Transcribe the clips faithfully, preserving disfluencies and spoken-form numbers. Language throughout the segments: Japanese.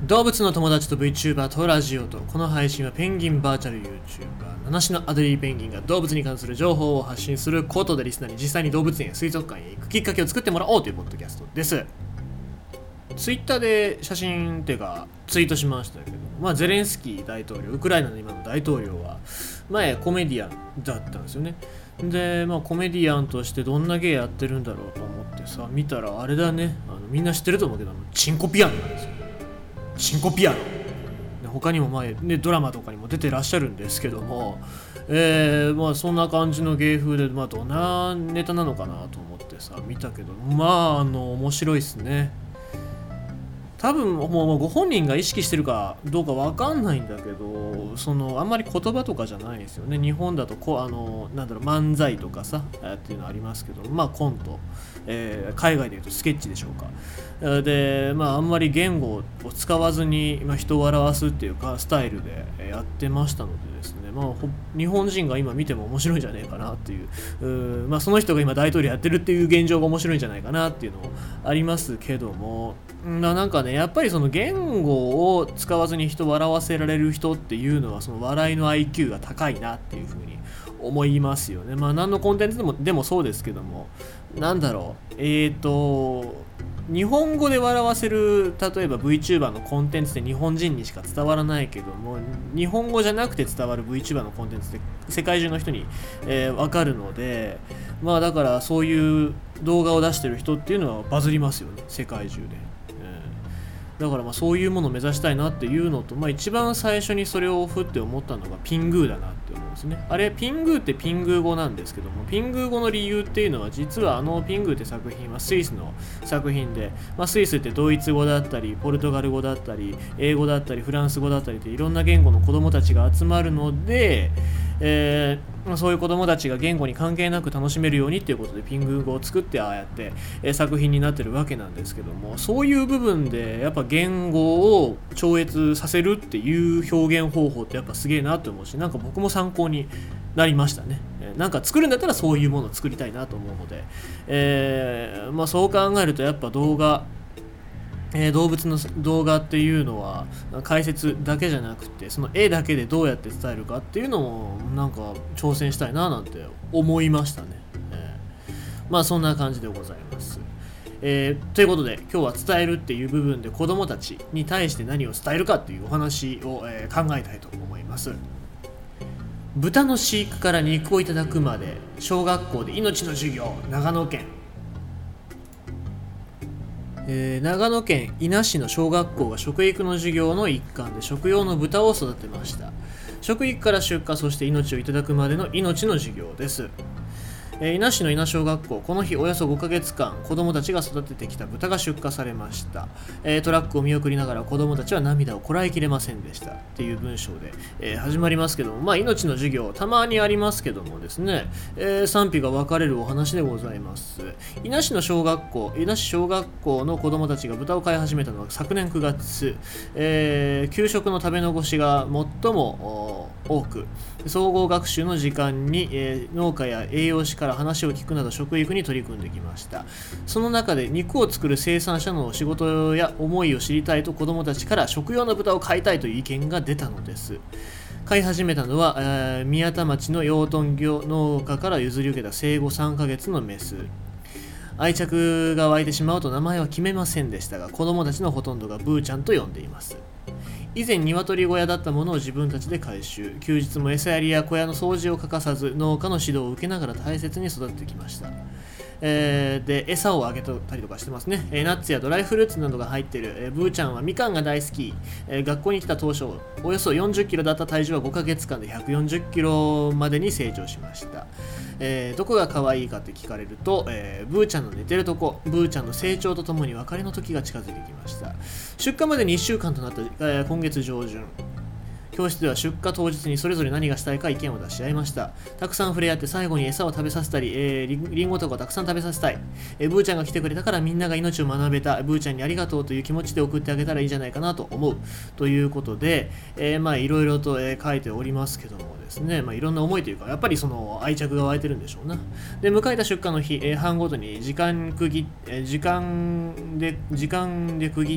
動物の友達と VTuber とラジオと、この配信はペンギンバーチャル YouTuber 七種のアデリーペンギンが動物に関する情報を発信することでリスナーに実際に動物園や水族館へ行くきっかけを作ってもらおうというポッドキャストです。ツイッターで写真っていうかツイートしましたけど、まあ、ゼレンスキー大統領、ウクライナの今の大統領は前コメディアンだったんですよね。で、まあ、コメディアンとしてどんな芸やってるんだろうと思ってさ見たら、あれだね、あのみんな知ってると思うけど、チンコピアノなんですよ。チンコピアノで他にも前、ね、ドラマとかにも出てらっしゃるんですけども、えーまあ、そんな感じの芸風で、まあ、どんなネタなのかなと思ってさ見たけど、まああの面白いっすね。多分もうご本人が意識してるかどうか分かんないんだけど、そのあんまり言葉とかじゃないですよね。日本だとこあのなんだろう漫才とかさっていうのありますけど、まあコント、えー、海外でいうとスケッチでしょうか。で、まああんまり言語を使わずに、まあ、人を笑わすっていうかスタイルでやってましたのでですね、まあ日本人が今見ても面白いんじゃないかなっていう、うまあその人が今大統領やってるっていう現状が面白いんじゃないかなっていうのもありますけども。な, なんかねやっぱりその言語を使わずに人を笑わせられる人っていうのはその笑いの アイキュー が高いなっていうふうに思いますよね。まあ何のコンテンツでもでもそうですけども、なんだろうえーと日本語で笑わせる例えば VTuber のコンテンツって日本人にしか伝わらないけども、日本語じゃなくて伝わる VTuber のコンテンツって世界中の人に、えー、分かるので、まあだからそういう動画を出してる人っていうのはバズりますよね、世界中で。だからまあそういうものを目指したいなっていうのと、まあ、一番最初にそれをふって思ったのがピングーだなって思うんですね。あれピングーってピングー語なんですけども、ピングー語の理由っていうのは実はあのピングーって作品はスイスの作品で、まあ、スイスってドイツ語だったりポルトガル語だったり英語だったりフランス語だったりっていろんな言語の子供たちが集まるので、えーまあ、そういう子供たちが言語に関係なく楽しめるようにっていうことでピングー語を作ってああやって、えー、作品になってるわけなんですけども、そういう部分でやっぱ言語を超越させるっていう表現方法ってやっぱすげえなと思うし、なんか僕も参考になりましたね。えー、なんか作るんだったらそういうものを作りたいなと思うので、えーまあ、そう考えるとやっぱ動画えー、動物の動画っていうのは解説だけじゃなくて、その絵だけでどうやって伝えるかっていうのもなんか挑戦したいななんて思いましたね。えー、まあそんな感じでございます。えー、ということで今日は伝えるっていう部分で子どもたちに対して何を伝えるかっていうお話を、えー、考えたいと思います。豚の飼育から肉をいただくまで小学校で命の授業、長野県。えー、長野県伊那市の小学校が食育の授業の一環で食用の豚を育てました。食育から出荷、そして命をいただくまでの命の授業です。えー、伊那市の伊那小学校、この日およそごかげつかん子どもたちが育ててきた豚が出荷されました。えー、トラックを見送りながら子どもたちは涙をこらえきれませんでしたっていう文章で、えー、始まりますけども、まあ命の授業たまにありますけどもですね、えー、賛否が分かれるお話でございます。伊那市の小学校伊那市小学校の子どもたちが豚を飼い始めたのは昨年くがつ、えー、給食の食べ残しが最も多く、総合学習の時間に、えー、農家や栄養士から話を聞くなど食育に取り組んできました。その中で肉を作る生産者の仕事や思いを知りたいと子どもたちから食用の豚を飼いたいという意見が出たのです。飼い始めたのは、えー、宮田町の養豚業農家から譲り受けた生後さんかげつのメス。愛着が湧いてしまうと名前は決めませんでしたが、子どもたちのほとんどがブーちゃんと呼んでいます。以前鶏小屋だったものを自分たちで改修、休日も餌やりや小屋の掃除を欠かさず農家の指導を受けながら大切に育ててきました。えー、で餌をあげたりとかしてますね。えー、ナッツやドライフルーツなどが入っている、えー、ブーちゃんはみかんが大好き。えー、学校に来た当初およそよんじゅっキロだった体重はごかげつかんでひゃくよんじゅっキロまでに成長しました。えー、どこが可愛いかって聞かれると、えー、ブーちゃんの寝てるとこ、ブーちゃんの成長とともに別れの時が近づいてきました。出荷までにいっしゅうかんとなった、えー、今月上旬、教室では出荷当日にそれぞれ何がしたいか意見を出し合いました。たくさん触れ合って最後に餌を食べさせたり、えー、リ, リンゴとかをたくさん食べさせたい、えー、ブーちゃんが来てくれたからみんなが命を学べた、ブーちゃんにありがとうという気持ちで送ってあげたらいいんじゃないかなと思うということで、えー、まあいろいろと、えー、書いておりますけどもですね、まあいろんな思いというかやっぱりその愛着が湧いてるんでしょうな。で迎えた出荷の日、えー、班ごとに時間区切、えー、時間で時間で区切っ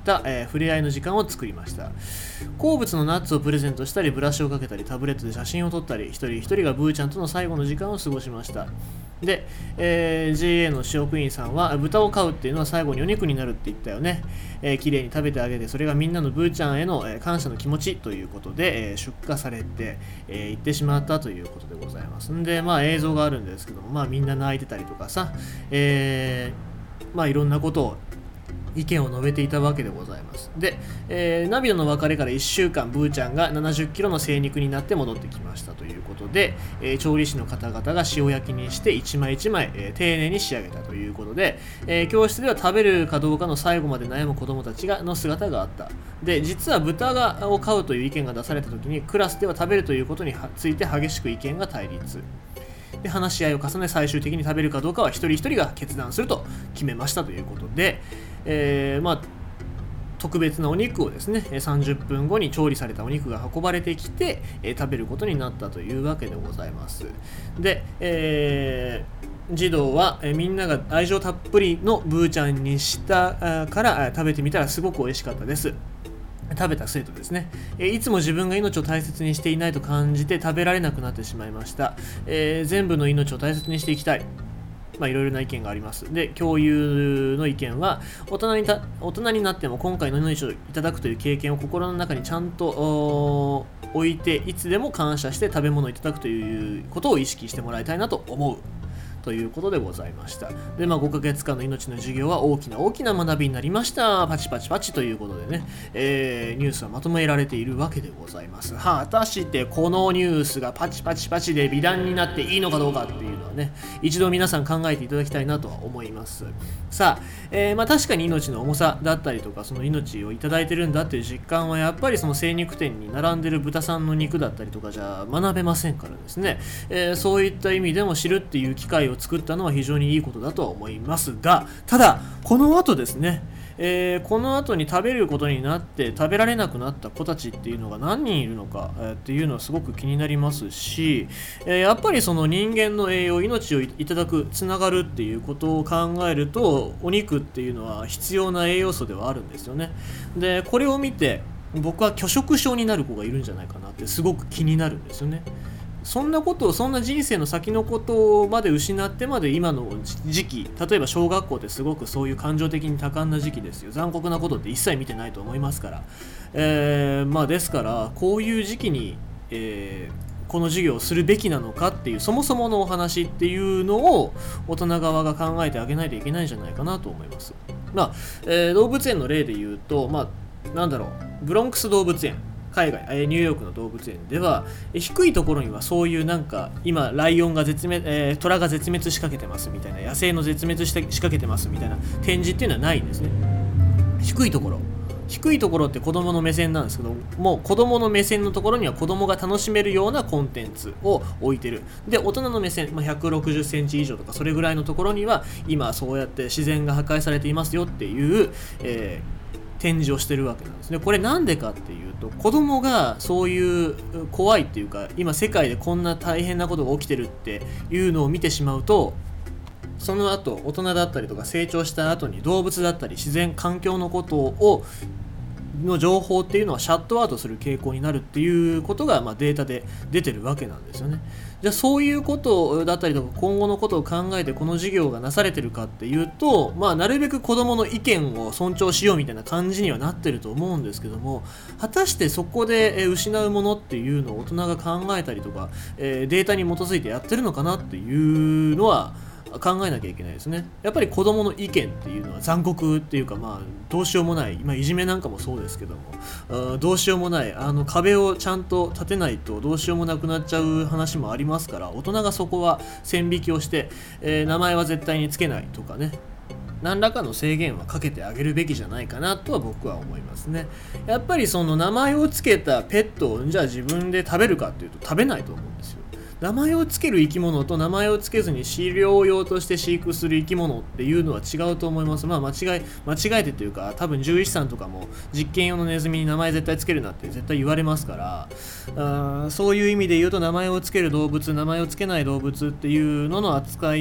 た、えー、触れ合いの時間を作りました。好物のナッツをプレゼントしたり、ブラシをかけたり、タブレットで写真を撮ったり、一人一人がブーちゃんとの最後の時間を過ごしました。で、えー、ジェーエー の職員さんは、豚を飼うっていうのは最後にお肉になるって言ったよね。えー、綺麗に食べてあげて、それがみんなのブーちゃんへの、えー、感謝の気持ちということで、えー、出荷されて、えー、行ってしまったということでございます。んで、まあ映像があるんですけども、まあみんな泣いてたりとかさ、えー、まあいろんなことを意見を述べていたわけでございます。で、えー、ナビオの別れからいっしゅうかん、ブーちゃんがななじゅっキロの精肉になって戻ってきましたということで、えー、調理師の方々が塩焼きにして一枚一枚、えー、丁寧に仕上げたということで、えー、教室では食べるかどうかの最後まで悩む子どもたちがの姿があった。で、実は豚がを飼うという意見が出された時に、クラスでは食べるということについて激しく意見が対立。で、話し合いを重ね、最終的に食べるかどうかは一人一人が決断すると決めましたということで、えー、まあ特別なお肉をですね、さんじゅっぷんごに調理されたお肉が運ばれてきて、えー、食べることになったというわけでございます。で、えー、児童は、えー、みんなが愛情たっぷりのブーちゃんにしたから食べてみたらすごく美味しかったです。食べた生徒ですね、えー、いつも自分が命を大切にしていないと感じて食べられなくなってしまいました。えー、全部の命を大切にしていきたい。まあいろいろな意見があります。で、共有の意見は、大人にた大人になっても今回の命をいただくという経験を心の中にちゃんと置いて、いつでも感謝して食べ物をいただくということを意識してもらいたいなと思う。ということでございました。で、まあごかげつかんの命の授業は大きな大きな学びになりました。パチパチパチということでね、えー、ニュースはまとめられているわけでございます。果たしてこのニュースがパチパチパチで美談になっていいのかどうかっていうのはね、一度皆さん考えていただきたいなとは思います。さあ、えー、まあ確かに命の重さだったりとか、その命をいただいてるんだっていう実感はやっぱりその精肉店に並んでる豚さんの肉だったりとかじゃ学べませんからですね、えー、そういった意味でも知るっていう機会を作ったのは非常にいいことだとは思いますが、ただこの後ですね、えー、この後に食べることになって食べられなくなった子たちっていうのが何人いるのか、えー、っていうのはすごく気になりますし、えー、やっぱりその人間の栄養、命をいただく、つながるっていうことを考えると、お肉っていうのは必要な栄養素ではあるんですよね。で、これを見て僕は拒食症になる子がいるんじゃないかなってすごく気になるんですよね。そんなことを、そんな人生の先のことまで失ってまで今の時期、例えば小学校ってすごくそういう感情的に多感な時期ですよ。残酷なことって一切見てないと思いますから、えー、まあですからこういう時期に、えー、この授業をするべきなのかっていうそもそものお話っていうのを大人側が考えてあげないといけないんじゃないかなと思います。まあ、えー、動物園の例で言うと、まあなんだろう、ブロンクス動物園、海外、ニューヨークの動物園では低いところにはそういうなんか今ライオンが絶滅、えー、虎が絶滅しかけてますみたいな、野生の絶滅し仕掛けてますみたいな展示っていうのはないんですね。低いところ低いところって子供の目線なんですけども、う子供の目線のところには子供が楽しめるようなコンテンツを置いてる。で、大人の目線、まあ、ひゃくろくじゅっセンチ以上とかそれぐらいのところには今そうやって自然が破壊されていますよっていう、えー展示をしてるわけなんですね。これなんでかっていうと、子供がそういう怖いっていうか、今世界でこんな大変なことが起きてるっていうのを見てしまうと、その後大人だったりとか成長した後に動物だったり自然環境のことをの情報っていうのはシャットアウトする傾向になるっていうことが、まあ、データで出てるわけなんですよね。じゃあそういうことだったりとか今後のことを考えてこの授業がなされてるかっていうと、まあ、なるべく子どもの意見を尊重しようみたいな感じにはなってると思うんですけども、果たしてそこで失うものっていうのを大人が考えたりとか、えー、データに基づいてやってるのかなっていうのは考えなきゃいけないですね。やっぱり子どもの意見っていうのは残酷っていうか、まあどうしようもない、まあ、いじめなんかもそうですけども、あどうしようもないあの壁をちゃんと立てないとどうしようもなくなっちゃう話もありますから、大人がそこは線引きをして、えー、名前は絶対につけないとかね、何らかの制限はかけてあげるべきじゃないかなとは僕は思いますね。やっぱりその名前をつけたペットをじゃあ自分で食べるかっていうと食べないと思うんですよ。名前をつける生き物と名前をつけずに飼料用として飼育する生き物っていうのは違うと思います。まあ間違い間違えてというか、多分獣医師さんとかも実験用のネズミに名前絶対つけるなって絶対言われますから、あそういう意味で言うと名前をつける動物、名前をつけない動物っていうのの扱い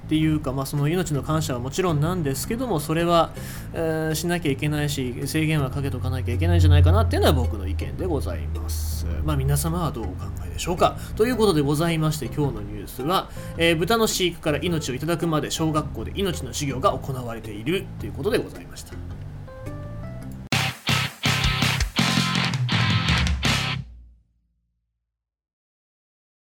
っていうか、まあ、その命の感謝はもちろんなんですけども、それは、えーしなきゃいけないし、制限はかけとかなきゃいけないんじゃないかなっていうのは僕の意見でございます。まあ、皆様はどうお考えでしょうか。ということでございまして、今日のニュースは、えー豚の飼育から命をいただくまで小学校で命の授業が行われているということでございました。